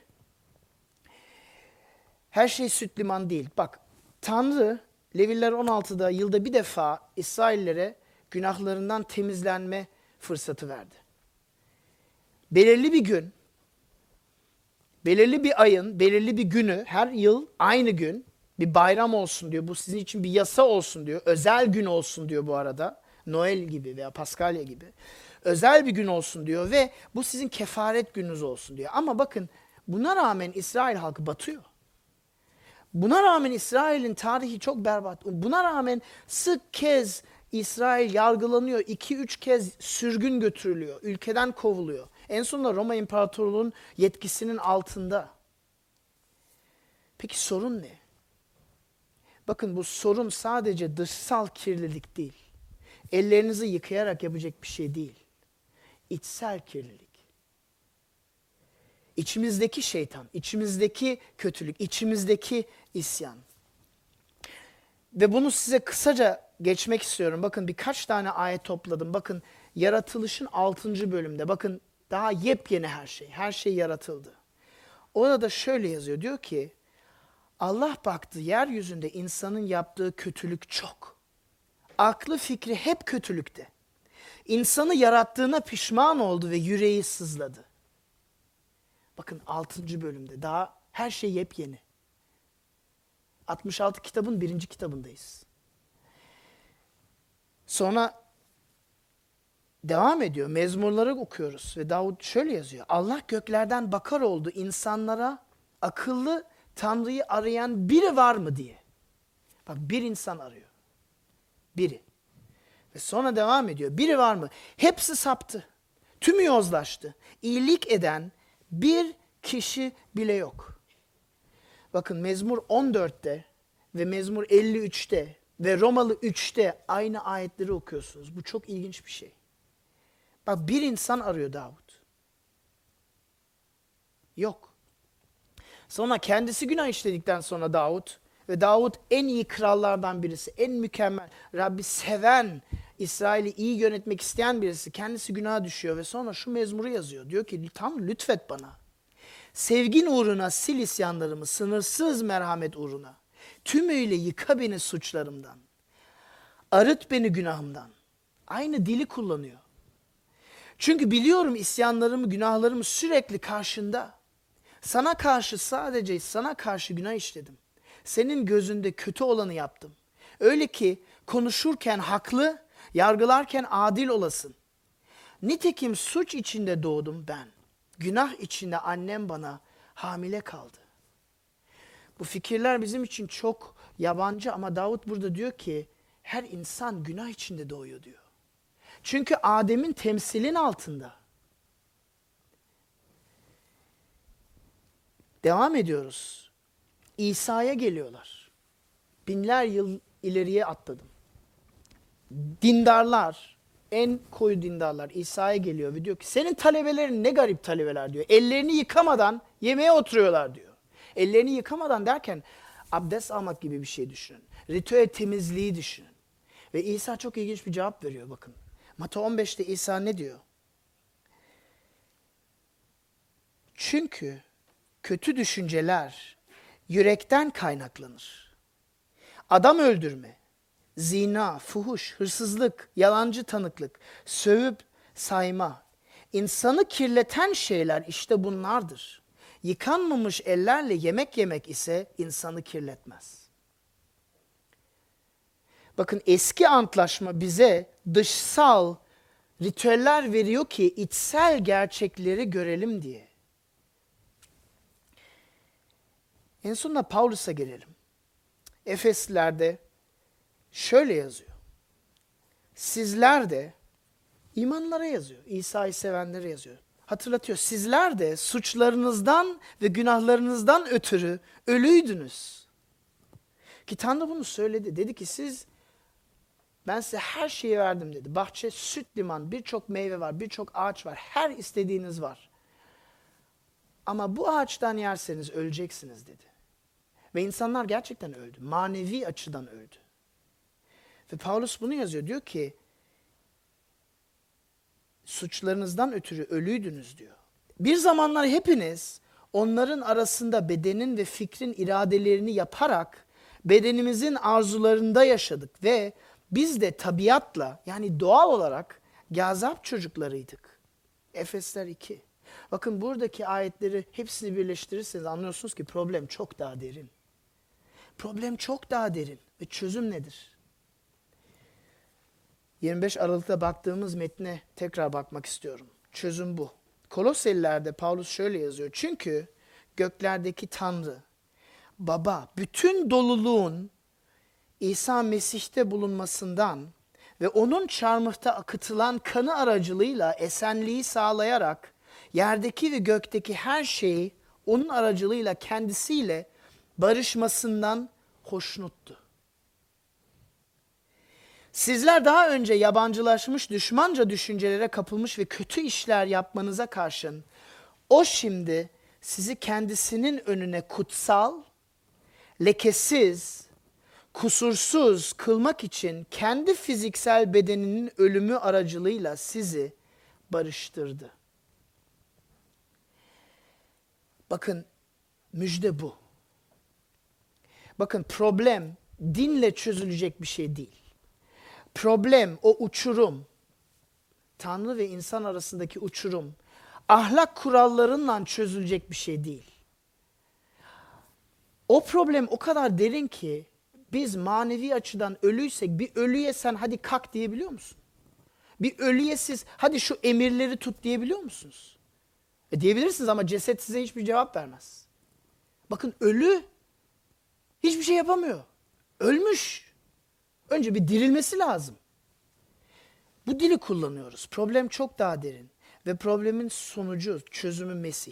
Her şey süt liman değil. Bak Tanrı Leviller on altıda yılda bir defa İsraillere günahlarından temizlenme fırsatı verdi. Belirli bir gün, belirli bir ayın, belirli bir günü, her yıl aynı gün bir bayram olsun diyor. Bu sizin için bir yasa olsun diyor. Özel gün olsun diyor bu arada. Noel gibi veya Paskalya gibi. Özel bir gün olsun diyor ve bu sizin kefaret gününüz olsun diyor. Ama bakın buna rağmen İsrail halkı batıyor. Buna rağmen İsrail'in tarihi çok berbat. Buna rağmen sık kez İsrail yargılanıyor. İki üç kez sürgün götürülüyor. Ülkeden kovuluyor. En sonunda Roma İmparatorluğu'nun yetkisinin altında. Peki sorun ne? Bakın bu sorun sadece dışsal kirlilik değil. Ellerinizi yıkayarak yapacak bir şey değil. İçsel kirlilik. İçimizdeki şeytan, içimizdeki kötülük, içimizdeki isyan. Ve bunu size kısaca geçmek istiyorum. Bakın birkaç tane ayet topladım. Bakın yaratılışın altıncı bölümde. Bakın daha yepyeni her şey. Her şey yaratıldı. Orada da şöyle yazıyor. Diyor ki Allah baktı yeryüzünde insanın yaptığı kötülük çok. Aklı fikri hep kötülükte. İnsanı yarattığına pişman oldu ve yüreği sızladı. Bakın altıncı bölümde daha her şey yepyeni. altmış altı kitabın birinci kitabındayız. Sonra devam ediyor. Mezmurları okuyoruz ve Davut şöyle yazıyor. Allah göklerden bakar oldu insanlara akıllı Tanrı'yı arayan biri var mı diye. Bak, bir insan arıyor. Biri. Ve sonra devam ediyor. Biri var mı? Hepsi saptı. Tümü yozlaştı. İyilik eden bir kişi bile yok. Bakın Mezmur on dörtte ve Mezmur elli üçte ve Romalı üçte aynı ayetleri okuyorsunuz. Bu çok ilginç bir şey. Bak, bir insan arıyor Davut. Yok. Sonra kendisi günah işledikten sonra Davut ve Davut en iyi krallardan birisi, en mükemmel, Rabbi seven, İsrail'i iyi yönetmek isteyen birisi. Kendisi günaha düşüyor ve sonra şu mezmuru yazıyor. Diyor ki Tanrı lütfet bana. Sevgin uğruna sil isyanlarımı, sınırsız merhamet uğruna. Tümüyle yıka beni suçlarımdan. Arıt beni günahımdan. Aynı dili kullanıyor. Çünkü biliyorum isyanlarımı, günahlarımı sürekli karşında. Sana karşı sadece sana karşı günah işledim. Senin gözünde kötü olanı yaptım. Öyle ki konuşurken haklı, yargılarken adil olasın. Nitekim suç içinde doğdum ben. Günah içinde annem bana hamile kaldı. Bu fikirler bizim için çok yabancı ama Davut burada diyor ki her insan günah içinde doğuyor diyor. Çünkü Adem'in temsilin altında. Devam ediyoruz. İsa'ya geliyorlar. Binler yıl ileriye atladım. Dindarlar, en koyu dindarlar İsa'ya geliyor ve diyor ki senin talebelerin ne garip talebeler diyor. Ellerini yıkamadan yemeğe oturuyorlar diyor. Ellerini yıkamadan derken abdest almak gibi bir şey düşünün. Ritüel temizliği düşünün. Ve İsa çok ilginç bir cevap veriyor bakın. Matta on beşte İsa ne diyor? Çünkü kötü düşünceler yürekten kaynaklanır. Adam öldürme, zina, fuhuş, hırsızlık, yalancı tanıklık, sövüp sayma, insanı kirleten şeyler işte bunlardır. Yıkanmamış ellerle yemek yemek ise insanı kirletmez. Bakın eski antlaşma bize dışsal ritüeller veriyor ki içsel gerçekleri görelim diye. En sonunda Paulus'a gelelim. Efeslilerde şöyle yazıyor. Sizler de imanlara yazıyor. İsa'yı sevenlere yazıyor. Hatırlatıyor. Sizler de suçlarınızdan ve günahlarınızdan ötürü ölüydünüz. Ki Tanrı bunu söyledi. Dedi ki siz, ben size her şeyi verdim dedi. Bahçe, süt, liman, birçok meyve var, birçok ağaç var. Her istediğiniz var. Ama bu ağaçtan yerseniz öleceksiniz dedi. Ve insanlar gerçekten öldü. Manevi açıdan öldü. Ve Paulus bunu yazıyor. Diyor ki suçlarınızdan ötürü ölüydünüz diyor. Bir zamanlar hepiniz onların arasında bedenin ve fikrin iradelerini yaparak bedenimizin arzularında yaşadık ve biz de tabiatla yani doğal olarak gazap çocuklarıydık. Efesler iki. Bakın buradaki ayetleri hepsini birleştirirseniz anlıyorsunuz ki problem çok daha derin. Problem çok daha derin ve çözüm nedir? yirmi beş Aralık'ta baktığımız metne tekrar bakmak istiyorum. Çözüm bu. Koloseliler'de Paulus şöyle yazıyor. Çünkü göklerdeki Tanrı, Baba, bütün doluluğun İsa Mesih'te bulunmasından ve onun çarmıhta akıtılan kanı aracılığıyla esenliği sağlayarak yerdeki ve gökteki her şeyi onun aracılığıyla kendisiyle barışmasından hoşnuttu. Sizler daha önce yabancılaşmış, düşmanca düşüncelere kapılmış ve kötü işler yapmanıza karşın o şimdi sizi kendisinin önüne kutsal, lekesiz, kusursuz kılmak için kendi fiziksel bedeninin ölümü aracılığıyla sizi barıştırdı. Bakın müjde bu. Bakın problem dinle çözülecek bir şey değil. Problem, o uçurum, Tanrı ve insan arasındaki uçurum, ahlak kurallarından çözülecek bir şey değil. O problem o kadar derin ki biz manevi açıdan ölüysek bir ölüye sen hadi kalk diyebiliyor musun? Bir ölüye siz hadi şu emirleri tut diyebiliyor musunuz? E diyebilirsiniz ama ceset size hiçbir cevap vermez. Bakın ölü hiçbir şey yapamıyor. Ölmüş. Önce bir dirilmesi lazım. Bu dili kullanıyoruz. Problem çok daha derin. Ve problemin sonucu, çözümü Mesih.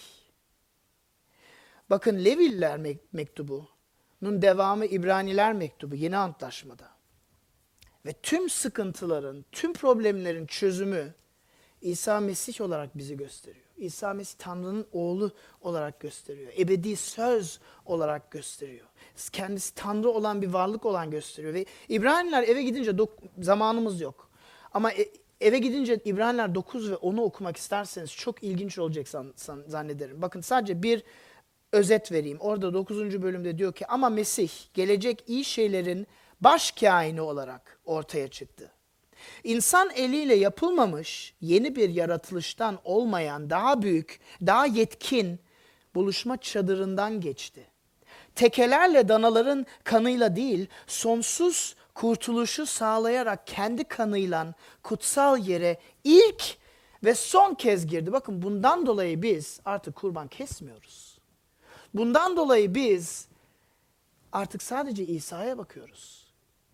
Bakın Levililer me- mektubunun devamı İbraniler mektubu yeni antlaşmada. Ve tüm sıkıntıların, tüm problemlerin çözümü İsa Mesih olarak bizi gösteriyor. İsa Mesih Tanrı'nın oğlu olarak gösteriyor. Ebedi söz olarak gösteriyor. Kendisi Tanrı olan bir varlık olan gösteriyor. Ve İbraniler eve gidince dok- zamanımız yok. Ama e- eve gidince İbraniler dokuz ve onu okumak isterseniz çok ilginç olacak san- san- zannederim. Bakın sadece bir özet vereyim. Orada dokuzuncu bölümde diyor ki ama Mesih gelecek iyi şeylerin baş kâhini olarak ortaya çıktı. İnsan eliyle yapılmamış, yeni bir yaratılıştan olmayan, daha büyük, daha yetkin buluşma çadırından geçti. Tekelerle danaların kanıyla değil, sonsuz kurtuluşu sağlayarak kendi kanıyla kutsal yere ilk ve son kez girdi. Bakın bundan dolayı biz artık kurban kesmiyoruz. Bundan dolayı biz artık sadece İsa'ya bakıyoruz.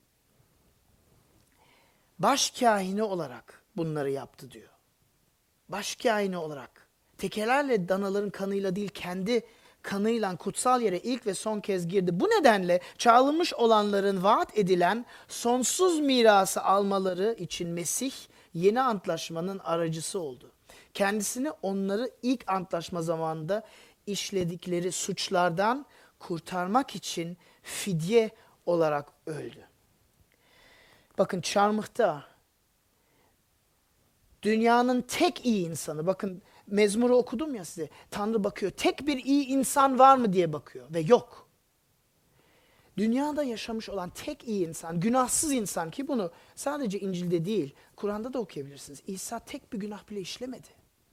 Başkâhini olarak bunları yaptı diyor. Başkâhini olarak. Tekelerle danaların kanıyla değil kendi kanıyla kutsal yere ilk ve son kez girdi. Bu nedenle çağrılmış olanların vaat edilen sonsuz mirası almaları için Mesih yeni antlaşmanın aracısı oldu. Kendisini onları ilk antlaşma zamanında işledikleri suçlardan kurtarmak için fidye olarak öldü. Bakın çarmıhta dünyanın tek iyi insanı, bakın mezmuru okudum ya size, Tanrı bakıyor, tek bir iyi insan var mı diye bakıyor ve yok. Dünyada yaşamış olan tek iyi insan, günahsız insan ki bunu sadece İncil'de değil, Kur'an'da da okuyabilirsiniz. İsa tek bir günah bile işlemedi.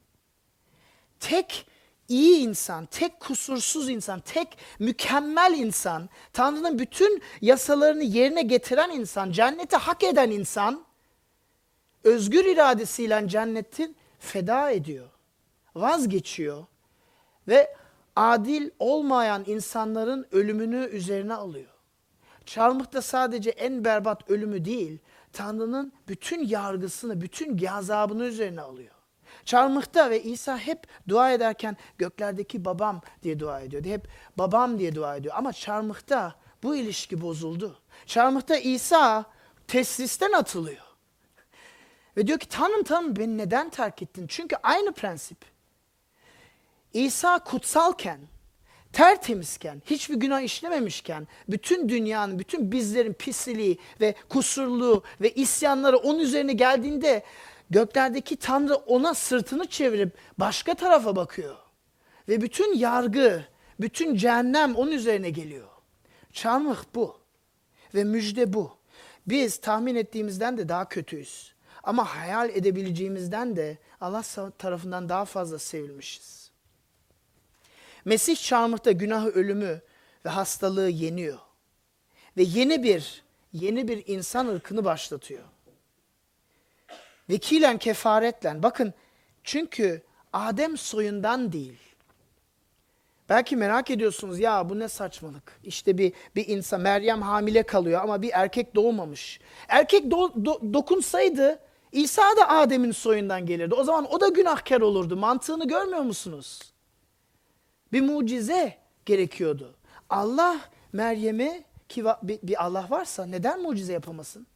Tek iyi insan, tek kusursuz insan, tek mükemmel insan, Tanrı'nın bütün yasalarını yerine getiren insan, cenneti hak eden insan, özgür iradesiyle cenneti feda ediyor, vazgeçiyor ve adil olmayan insanların ölümünü üzerine alıyor. Çarmıhta sadece en berbat ölümü değil, Tanrı'nın bütün yargısını, bütün gazabını üzerine alıyor. Çarmıhta ve İsa hep dua ederken göklerdeki babam diye dua ediyordu. Hep babam diye dua ediyor. Ama çarmıhta bu ilişki bozuldu. Çarmıhta İsa teslisten atılıyor. Ve diyor ki Tanrım Tanrım beni neden terk ettin? Çünkü aynı prensip. İsa kutsalken, tertemizken, hiçbir günah işlememişken, bütün dünyanın, bütün bizlerin pisliği ve kusurluğu ve isyanları onun üzerine geldiğinde göklerdeki Tanrı ona sırtını çevirip başka tarafa bakıyor. Ve bütün yargı, bütün cehennem onun üzerine geliyor. Çarmıh bu. Ve müjde bu. Biz tahmin ettiğimizden de daha kötüyüz. Ama hayal edebileceğimizden de Allah tarafından daha fazla sevilmişiz. Mesih çarmıhta günahı, ölümü ve hastalığı yeniyor. Ve yeni bir, yeni bir insan ırkını başlatıyor. Vekilen, kefaretle. Bakın çünkü Adem soyundan değil. Belki merak ediyorsunuz ya bu ne saçmalık. İşte bir, bir insan Meryem hamile kalıyor ama bir erkek doğmamış. Erkek do, do, dokunsaydı İsa da Adem'in soyundan gelirdi. O zaman o da günahkar olurdu. Mantığını görmüyor musunuz? Bir mucize gerekiyordu. Allah Meryem'e ki bir, bir Allah varsa neden mucize yapamasın?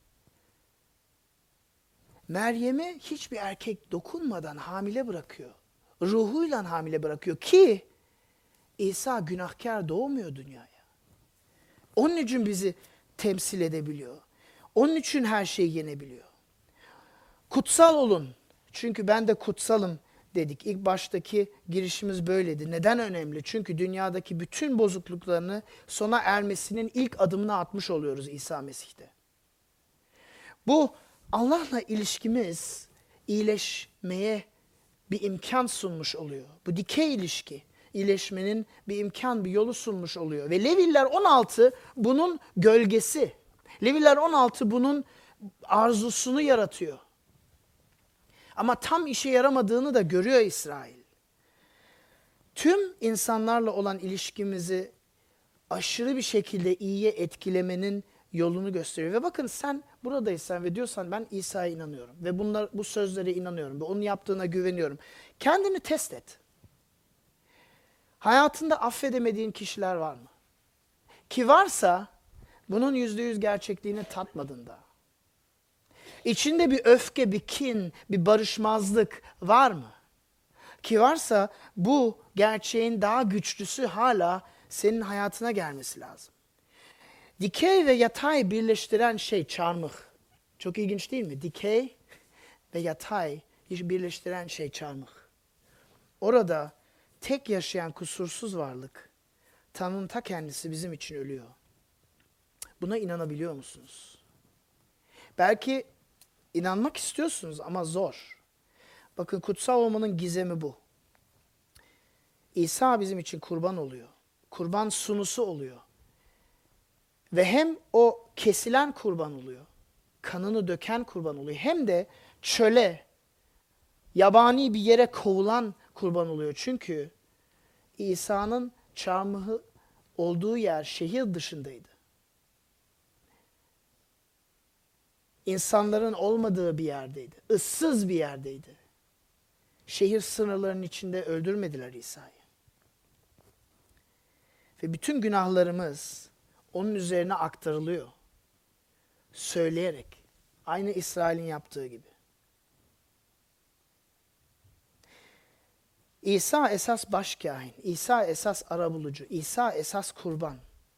Meryem'i hiçbir erkek dokunmadan hamile bırakıyor. Ruhuyla hamile bırakıyor ki İsa günahkar doğmuyor dünyaya. Onun için bizi temsil edebiliyor. Onun için her şeyi yenebiliyor. Kutsal olun. Çünkü ben de kutsalım dedik. İlk baştaki girişimiz böyleydi. Neden önemli? Çünkü dünyadaki bütün bozukluklarını sona ermesinin ilk adımını atmış oluyoruz İsa Mesih'te. Bu Allah'la ilişkimiz iyileşmeye bir imkan sunmuş oluyor. Bu dikey ilişki iyileşmenin bir imkan, bir yolu sunmuş oluyor. Ve Leviller on altı bunun gölgesi. Leviller on altı bunun arzusunu yaratıyor. Ama tam işe yaramadığını da görüyor İsrail. Tüm insanlarla olan ilişkimizi aşırı bir şekilde iyiye etkilemenin yolunu gösteriyor. Ve bakın sen buradaysan ve diyorsan ben İsa'ya inanıyorum ve bunlar bu sözlere inanıyorum ve onun yaptığına güveniyorum. Kendini test et. Hayatında affedemediğin kişiler var mı? Ki varsa bunun yüzde yüz gerçekliğini tatmadın da. İçinde bir öfke, bir kin, bir barışmazlık var mı? Ki varsa bu gerçeğin daha güçlüsü hala senin hayatına gelmesi lazım. Dikey ve yatay birleştiren şey çarmıh. Çok ilginç değil mi? Dikey ve yatay birleştiren şey çarmıh. Orada tek yaşayan kusursuz varlık, Tanrı'nın ta kendisi bizim için ölüyor. Buna inanabiliyor musunuz? Belki inanmak istiyorsunuz ama zor. Bakın kutsal olmanın gizemi bu. İsa bizim için kurban oluyor. Kurban sunusu oluyor. Ve hem o kesilen kurban oluyor, kanını döken kurban oluyor, hem de çöle, yabani bir yere kovulan kurban oluyor. Çünkü İsa'nın çarmıhı olduğu yer şehir dışındaydı. İnsanların olmadığı bir yerdeydi. Issız bir yerdeydi. Şehir sınırlarının içinde öldürmediler İsa'yı. Ve bütün günahlarımız onun üzerine aktarılıyor. Söyleyerek. Aynı İsrail'in yaptığı gibi. İsa esas başkâhin. İsa esas arabulucu. İsa esas kurban.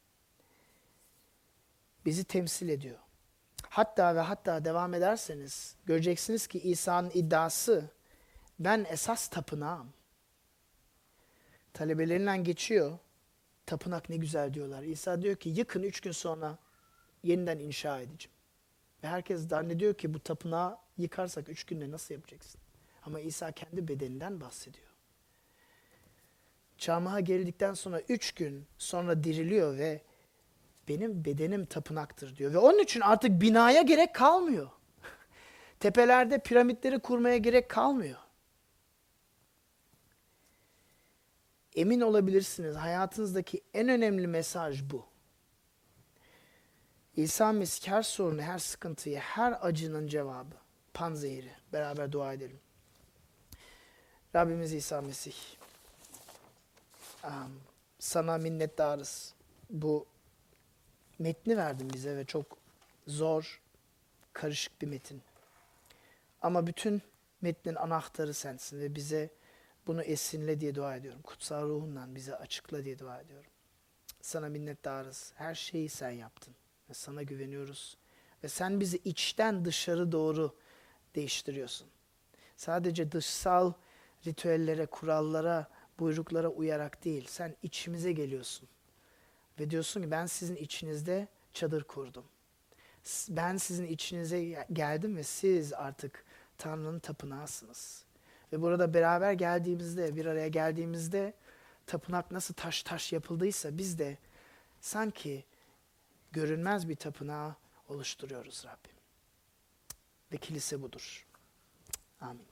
Bizi temsil ediyor. Hatta ve hatta devam ederseniz göreceksiniz ki İsa'nın iddiası ben esas tapınağım. Talebelerinden geçiyor. Tapınak ne güzel diyorlar. İsa diyor ki yıkın üç gün sonra yeniden inşa edeceğim. Ve herkes zannediyor ki bu tapınağı yıkarsak üç günde nasıl yapacaksın? Ama İsa kendi bedeninden bahsediyor. Çarmıha gerildikten sonra üç gün sonra diriliyor ve benim bedenim tapınaktır diyor. Ve onun için artık binaya gerek kalmıyor. Tepelerde piramitleri kurmaya gerek kalmıyor. Emin olabilirsiniz hayatınızdaki en önemli mesaj bu. İsa Mesih her sorunu, her sıkıntıyı, her acının cevabı. Panzehiri. Beraber dua edelim. Rabbimiz İsa Mesih. Sana minnettarız. Bu metni verdin bize ve çok zor, karışık bir metin. Ama bütün metnin anahtarı sensin ve bize bunu esinle diye dua ediyorum. Kutsal ruhundan bize açıkla diye dua ediyorum. Sana minnettarız. Her şeyi sen yaptın. Ve sana güveniyoruz. Ve sen bizi içten dışarı doğru değiştiriyorsun. Sadece dışsal ritüellere, kurallara, buyruklara uyarak değil. Sen içimize geliyorsun. Ve diyorsun ki ben sizin içinizde çadır kurdum. Ben sizin içinize geldim ve siz artık Tanrı'nın tapınağısınız. Ve burada beraber geldiğimizde, bir araya geldiğimizde tapınak nasıl taş taş yapıldıysa biz de sanki görünmez bir tapınağı oluşturuyoruz Rabbim. Ve kilise budur. Amin.